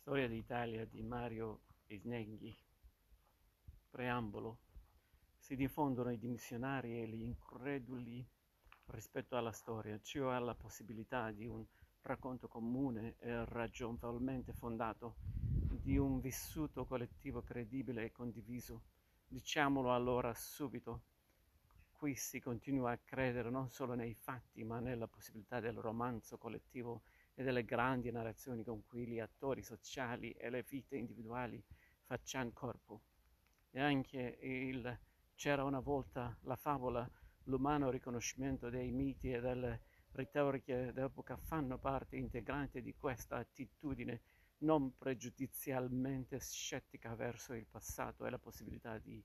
Storia d'Italia di Mario Snenghi. Preambolo. Si diffondono i dimissionari e gli increduli rispetto alla storia, cioè alla possibilità di un racconto comune e ragionevolmente fondato, di un vissuto collettivo credibile e condiviso. Diciamolo allora subito. Qui si continua a credere non solo nei fatti, ma nella possibilità del romanzo collettivo e delle grandi narrazioni con cui gli attori sociali e le vite individuali facciano corpo. E anche il c'era una volta, la favola, l'umano riconoscimento dei miti e delle retoriche d'epoca fanno parte integrante di questa attitudine non pregiudizialmente scettica verso il passato e la possibilità di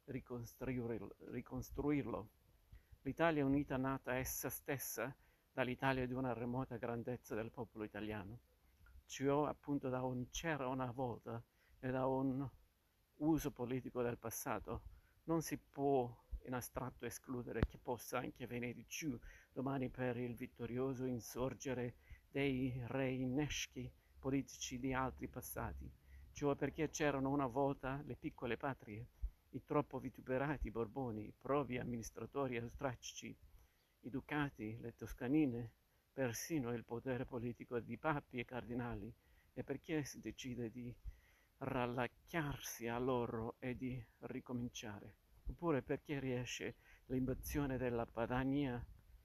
ricostruirlo. L'Italia unita nata essa stessa dall'Italia di una remota grandezza del popolo italiano, cioè appunto da un c'era una volta e da un uso politico del passato. Non si può in astratto escludere che possa anche venire giù domani per il vittorioso insorgere dei reinneschi politici di altri passati, cioè perché c'erano una volta le piccole patrie, i troppo vituperati Borboni, i provi amministratori austriaci, i ducati, le toscanine, persino il potere politico di papi e cardinali, e perché si decide di rallacciarsi a loro e di ricominciare, oppure perché riesce l'invasione della Padania,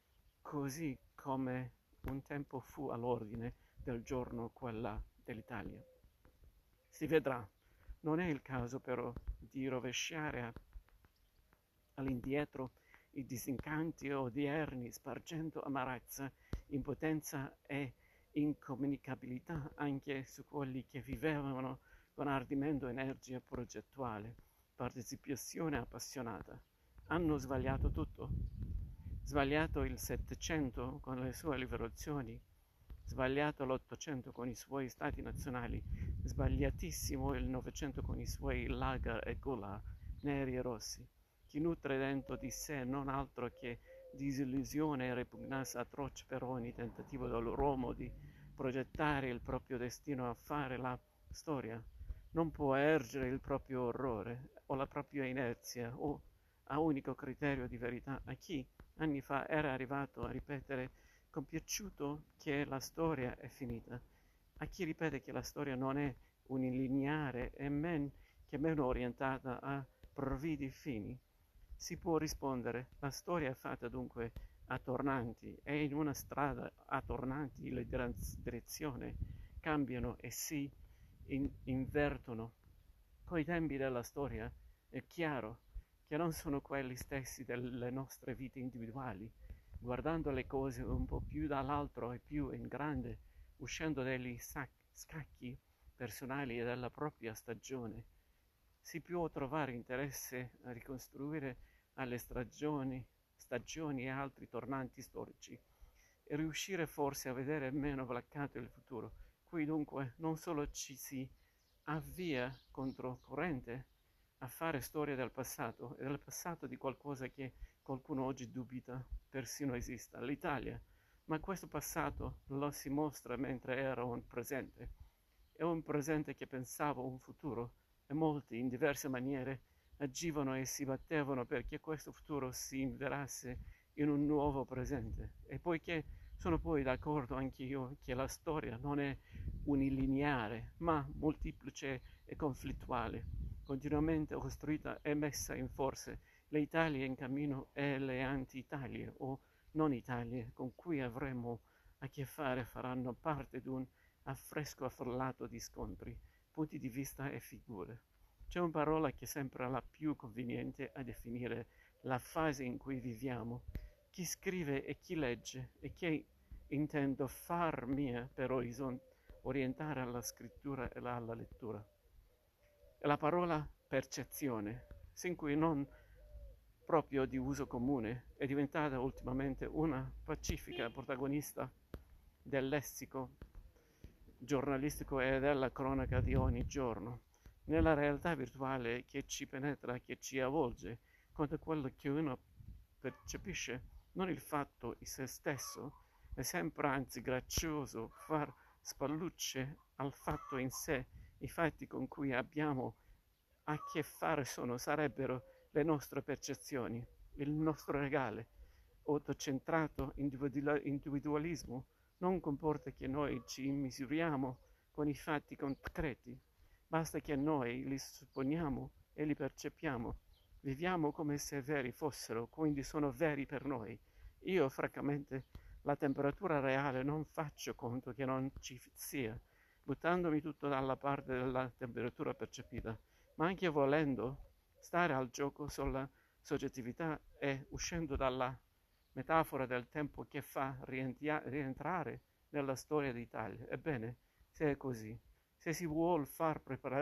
così come un tempo fu all'ordine del giorno quella dell'Italia. Si vedrà. Non è il caso però di rovesciare all'indietro i disincanti odierni, spargendo amarezza, impotenza e incomunicabilità anche su quelli che vivevano con ardimento, energia progettuale, partecipazione appassionata. Hanno sbagliato tutto. Sbagliato il Settecento con le sue rivoluzioni, sbagliato l'Ottocento con i suoi stati nazionali, sbagliatissimo il Novecento con i suoi lager e gula, neri e rossi. Chi nutre dentro di sé non altro che disillusione e ripugnanza atroce per ogni tentativo dell'uomo di progettare il proprio destino a fare la storia, non può ergere il proprio orrore o la propria inerzia o a unico criterio di verità a chi anni fa era arrivato a ripetere compiaciuto che la storia è finita, a chi ripete che la storia non è unilineare e che meno orientata a provvidi fini. Si può rispondere, la storia è fatta dunque a tornanti e in una strada a tornanti le direzioni cambiano e si invertono. Coi tempi della storia è chiaro che non sono quelli stessi delle nostre vite individuali, guardando le cose un po' più dall'altro e più in grande, uscendo dagli scacchi personali e dalla propria stagione. Si può trovare interesse a ricostruire alle stagioni e altri tornanti storici e riuscire forse a vedere meno blaccato il futuro. Qui dunque non solo ci si avvia controcorrente a fare storia del passato e del passato di qualcosa che qualcuno oggi dubita persino esista, l'Italia, ma questo passato lo si mostra mentre era un presente. È un presente che pensava un futuro e molti in diverse maniere agivano e si battevano perché questo futuro si inverasse in un nuovo presente. E poiché sono poi d'accordo anch'io che la storia non è unilineare, ma molteplice e conflittuale, continuamente costruita e messa in forze, le Italie in cammino e le anti-Italie o non Italie con cui avremo a che fare faranno parte di un affresco affollato di scontri, punti di vista e figure. C'è una parola che sembra la più conveniente a definire la fase in cui viviamo. Chi scrive e chi legge e che intendo far mia per orientare alla scrittura e alla lettura. È la parola percezione, sin qui non proprio di uso comune, è diventata ultimamente una pacifica protagonista del lessico giornalistico e della cronaca di ogni giorno, nella realtà virtuale che ci penetra, che ci avvolge, conta quello che uno percepisce, non il fatto in se stesso. È sempre anzi grazioso far spallucce al fatto in sé. I fatti con cui abbiamo a che fare sarebbero le nostre percezioni, il nostro regale. Autocentrato individualismo non comporta che noi ci misuriamo con i fatti concreti, basta che noi li supponiamo e li percepiamo. Viviamo come se veri fossero, quindi sono veri per noi. Io, francamente, la temperatura reale non faccio conto che non ci sia, buttandomi tutto dalla parte della temperatura percepita, ma anche volendo stare al gioco sulla soggettività e uscendo dalla metafora del tempo che fa rientrare nella storia d'Italia. Ebbene, se è così, se si vuol far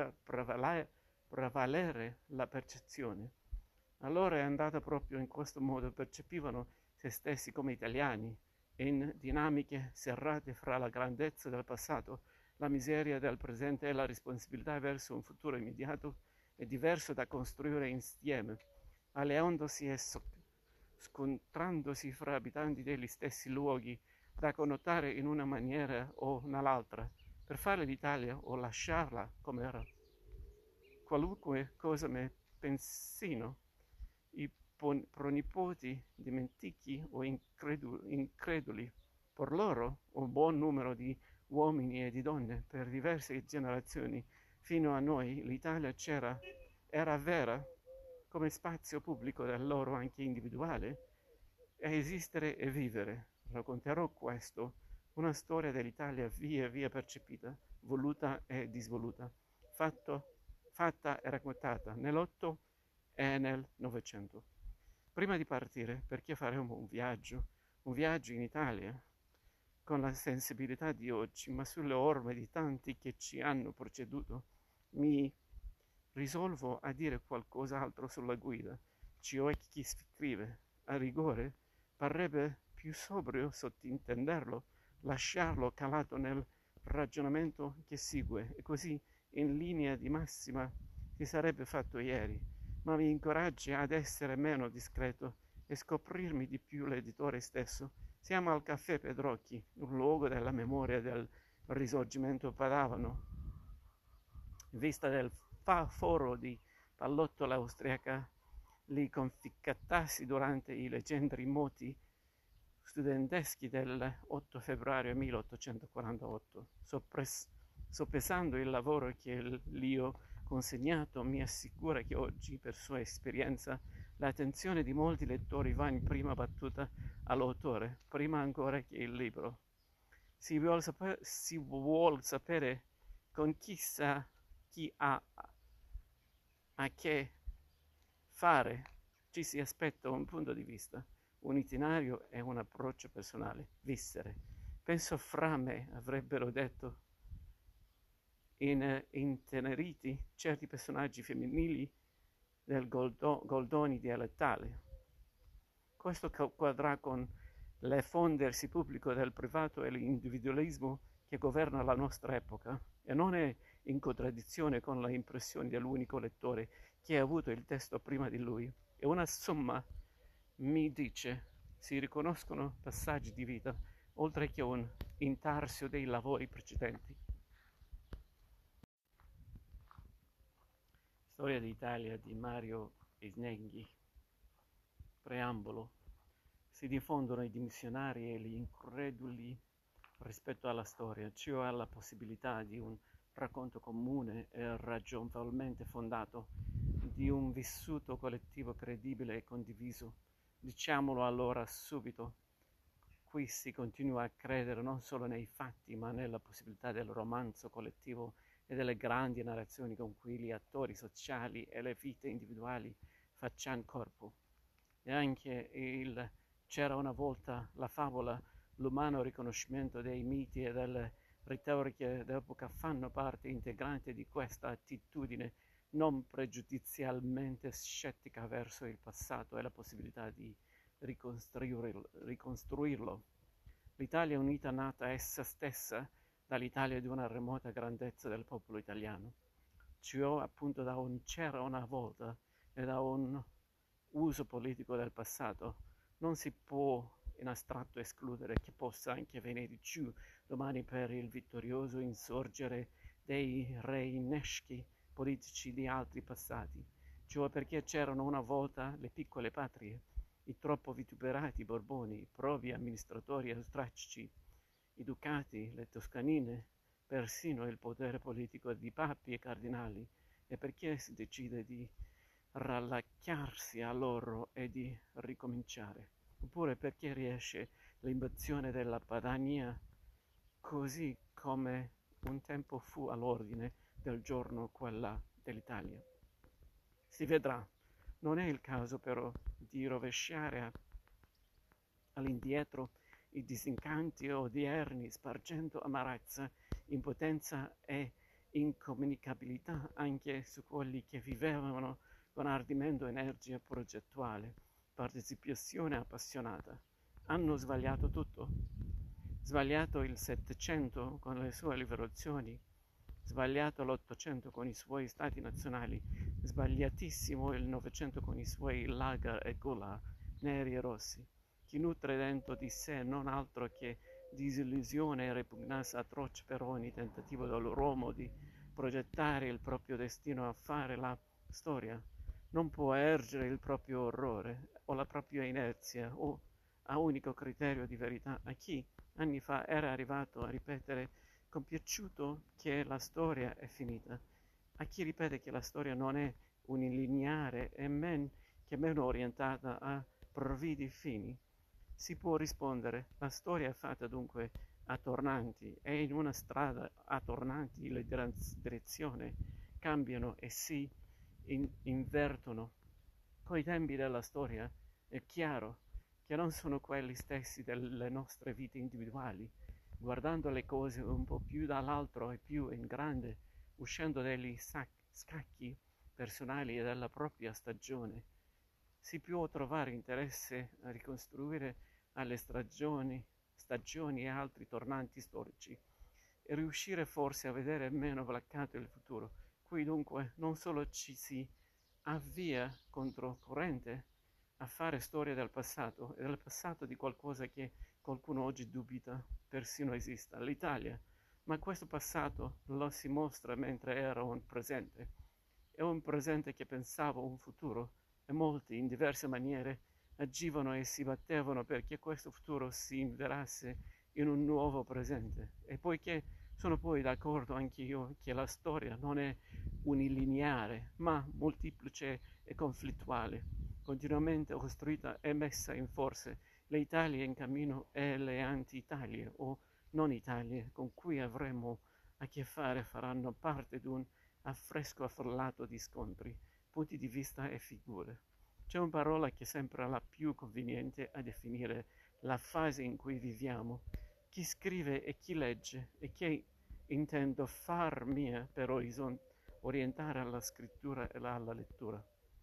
prevalere la percezione, allora è andata proprio in questo modo. Percepivano se stessi come italiani, in dinamiche serrate fra la grandezza del passato, la miseria del presente e la responsabilità verso un futuro immediato e diverso da costruire insieme, alleandosi e scontrandosi fra abitanti degli stessi luoghi, da connotare in una maniera o nell'altra, per fare l'Italia o lasciarla com'era. Qualunque cosa me pensino i pronipoti dimentichi o increduli, per loro un buon numero di uomini e di donne per diverse generazioni fino a noi l'Italia era vera come spazio pubblico del loro anche individuale a esistere e vivere. Racconterò questo, una storia dell'Italia via via percepita, voluta e disvoluta, fatta e raccontata nell'8 e nel Novecento. Prima di partire, perché faremo un viaggio in Italia, con la sensibilità di oggi, ma sulle orme di tanti che ci hanno preceduto, mi risolvo a dire qualcos'altro sulla guida. Cioè chi scrive, a rigore, parrebbe più sobrio sottintenderlo, lasciarlo calato nel ragionamento che segue, e così in linea di massima si sarebbe fatto ieri, ma mi incoraggia ad essere meno discreto e scoprirmi di più l'editore stesso. Siamo al Caffè Pedrocchi, un luogo della memoria del risorgimento padavano, in vista del foro di pallottola austriaca lì conficcatasi durante i leggendari moti studenteschi del 8 febbraio 1848. Soppesando il lavoro che gli ho consegnato, mi assicura che oggi, per sua esperienza, l'attenzione di molti lettori va in prima battuta all'autore, prima ancora che il libro. Si vuol sapere con chi ha a che fare, ci si aspetta un punto di vista, un itinerario e un approccio personale. Vissere. Penso fra me avrebbero detto inteneriti certi personaggi femminili del Goldoni dialettale. Questo quadra con l'effondersi pubblico del privato e l'individualismo che governa la nostra epoca, e non è in contraddizione con le impressioni dell'unico lettore che ha avuto il testo prima di lui. E una somma mi dice, si riconoscono passaggi di vita, oltre che un intarsio dei lavori precedenti. Storia d'Italia di Mario Isnenghi. Preambolo. Si diffondono i dimissionari e gli increduli rispetto alla storia, cioè alla possibilità di un racconto comune e ragionevolmente fondato, di un vissuto collettivo credibile e condiviso. Diciamolo allora subito, qui si continua a credere non solo nei fatti, ma nella possibilità del romanzo collettivo e delle grandi narrazioni con cui gli attori sociali e le vite individuali facciano corpo. E anche c'era una volta la favola, l'umano riconoscimento dei miti e delle retoriche d'epoca fanno parte integrante di questa attitudine non pregiudizialmente scettica verso il passato e la possibilità di ricostruirlo. L'Italia unita nata essa stessa dall'Italia di una remota grandezza del popolo italiano, cioè appunto da un c'era una volta e da un uso politico del passato. Non si può in astratto escludere che possa anche venire giù domani per il vittorioso insorgere dei reinneschi politici di altri passati. Ciò perché c'erano una volta le piccole patrie, i troppo vituperati Borboni, i provi amministratori austriaci, i ducati, le toscanine, persino il potere politico di papi e cardinali, e perché si decide di rallacciarsi a loro e di ricominciare, oppure perché riesce l'invasione della Padania, così come un tempo fu all'ordine del giorno quella dell'Italia. Si vedrà. Non è il caso però di rovesciare all'indietro i disincanti odierni, spargendo amarezza, impotenza e incomunicabilità anche su quelli che vivevano con ardimento, energia progettuale, partecipazione appassionata. Hanno sbagliato tutto. Sbagliato il Settecento con le sue rivoluzioni, sbagliato l'Ottocento con i suoi stati nazionali, sbagliatissimo il Novecento con i suoi lager e gula, neri e rossi. Chi nutre dentro di sé non altro che disillusione e ripugnanza atroce per ogni tentativo dell'uomo di progettare il proprio destino a fare la storia, non può ergere il proprio orrore o la propria inerzia o a unico criterio di verità a chi anni fa era arrivato a ripetere compiaciuto che la storia è finita, a chi ripete che la storia non è unilineare e che meno orientata a provvidi fini. Si può rispondere, la storia è fatta dunque a tornanti e in una strada a tornanti le direzioni cambiano e si invertono. Coi tempi della storia è chiaro che non sono quelli stessi delle nostre vite individuali, guardando le cose un po' più dall'alto e più in grande, uscendo dagli scacchi personali e dalla propria stagione. Si può trovare interesse a ricostruire alle stagioni e altri tornanti storici e riuscire forse a vedere meno blaccato il futuro. Qui dunque non solo ci si avvia controcorrente a fare storia del passato e del passato di qualcosa che qualcuno oggi dubita persino esista, l'Italia, ma questo passato lo si mostra mentre era un presente. È un presente che pensava un futuro e molti in diverse maniere agivano e si battevano perché questo futuro si inverasse in un nuovo presente. E poiché sono poi d'accordo anch'io che la storia non è unilineare, ma molteplice e conflittuale, continuamente costruita e messa in forze, le Italie in cammino e le anti-Italie o non Italie con cui avremo a che fare faranno parte di un affresco affollato di scontri, punti di vista e figure. C'è una parola che sembra la più conveniente a definire la fase in cui viviamo. Chi scrive e chi legge e che intendo far mia per orientare alla scrittura e alla lettura.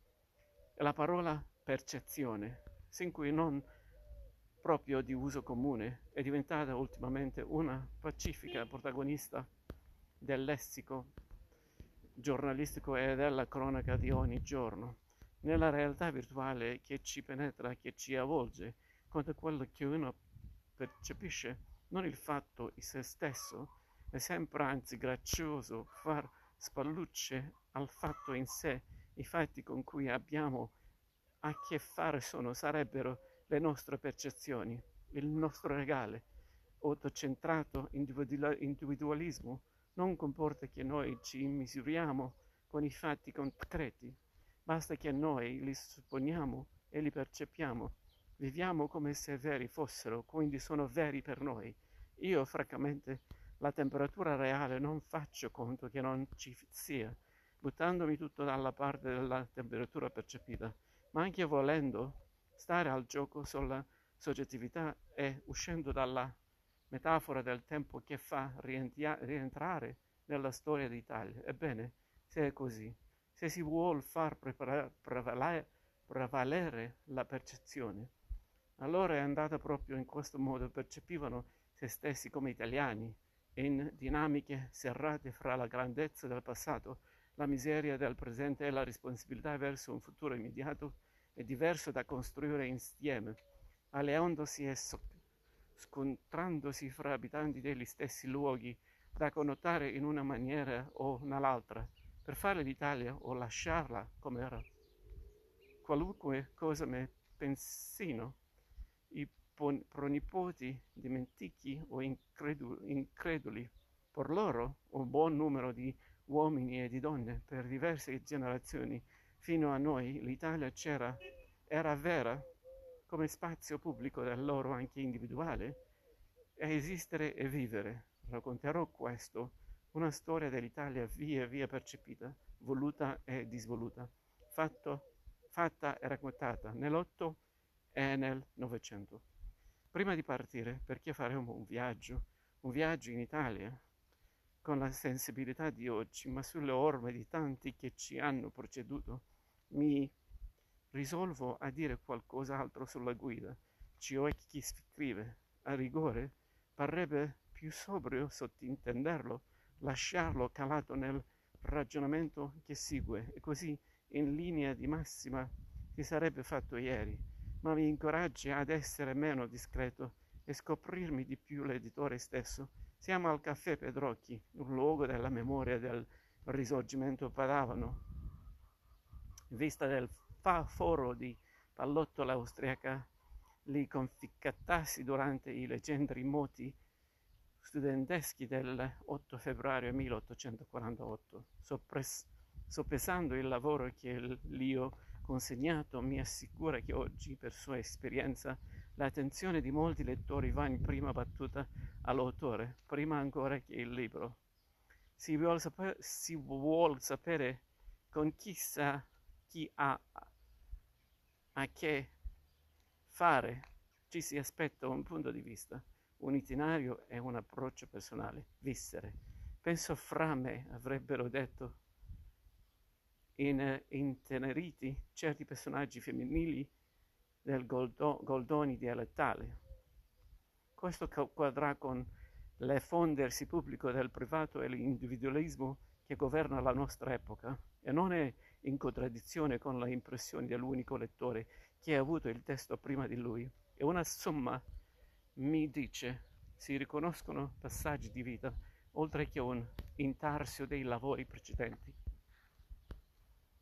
È la parola percezione, sin qui non proprio di uso comune, è diventata ultimamente una pacifica protagonista del lessico giornalistico e della cronaca di ogni giorno, nella realtà virtuale che ci penetra, che ci avvolge, contro quello che uno percepisce, non il fatto in se stesso, è sempre anzi grazioso far spallucce al fatto in sé. I fatti con cui abbiamo a che fare sarebbero le nostre percezioni, il nostro regale, autocentrato individualismo non comporta che noi ci misuriamo con i fatti concreti, basta che noi li supponiamo e li percepiamo, viviamo come se veri fossero, quindi sono veri per noi. Io francamente la temperatura reale non faccio conto che non ci sia, buttandomi tutto dalla parte della temperatura percepita, ma anche volendo stare al gioco sulla soggettività e uscendo dalla metafora del tempo che fa rientrare nella storia d'Italia. Ebbene, se è così, se si vuol far prevalere la percezione, allora è andata proprio in questo modo, percepivano se stessi come italiani, in dinamiche serrate fra la grandezza del passato, la miseria del presente e la responsabilità verso un futuro immediato e diverso da costruire insieme, alleandosi e scontrandosi fra abitanti degli stessi luoghi, da connotare in una maniera o nell'altra, per fare l'Italia o lasciarla com'era. Qualunque cosa me pensino, i pronipoti dimentichi o increduli, per loro un buon numero di uomini e di donne per diverse generazioni fino a noi l'Italia era vera come spazio pubblico del loro anche individuale a esistere e vivere. Racconterò questo, una storia dell'Italia via via percepita, voluta e disvoluta, fatta e raccontata nell'Otto e nel Novecento. Prima di partire, perché faremo un viaggio in Italia, con la sensibilità di oggi, ma sulle orme di tanti che ci hanno preceduto, mi risolvo a dire qualcos'altro sulla guida. Cioè chi scrive, a rigore, parrebbe più sobrio sottintenderlo, lasciarlo calato nel ragionamento che segue, e così in linea di massima si sarebbe fatto ieri, ma mi incoraggia ad essere meno discreto e scoprirmi di più l'editore stesso. Siamo al Caffè Pedrocchi, un luogo della memoria del risorgimento padavano, in vista del foro di pallottola austriaca lì conficcatasi durante i leggendari moti studenteschi del 8 febbraio 1848. Soppesando il lavoro che gli ho consegnato, mi assicura che oggi, per sua esperienza, l'attenzione di molti lettori va in prima battuta all'autore, prima ancora che il libro. Si vuol sapere con chi ha a che fare, ci si aspetta un punto di vista, un itinerario e un approccio personale, vissere. Penso fra me avrebbero detto inteneriti certi personaggi femminili del Goldoni dialettale. Questo quadra con l'effondersi pubblico del privato e l'individualismo che governa la nostra epoca, e non è in contraddizione con le impressioni dell'unico lettore che ha avuto il testo prima di lui. E una somma mi dice, si riconoscono passaggi di vita, oltre che un intarsio dei lavori precedenti.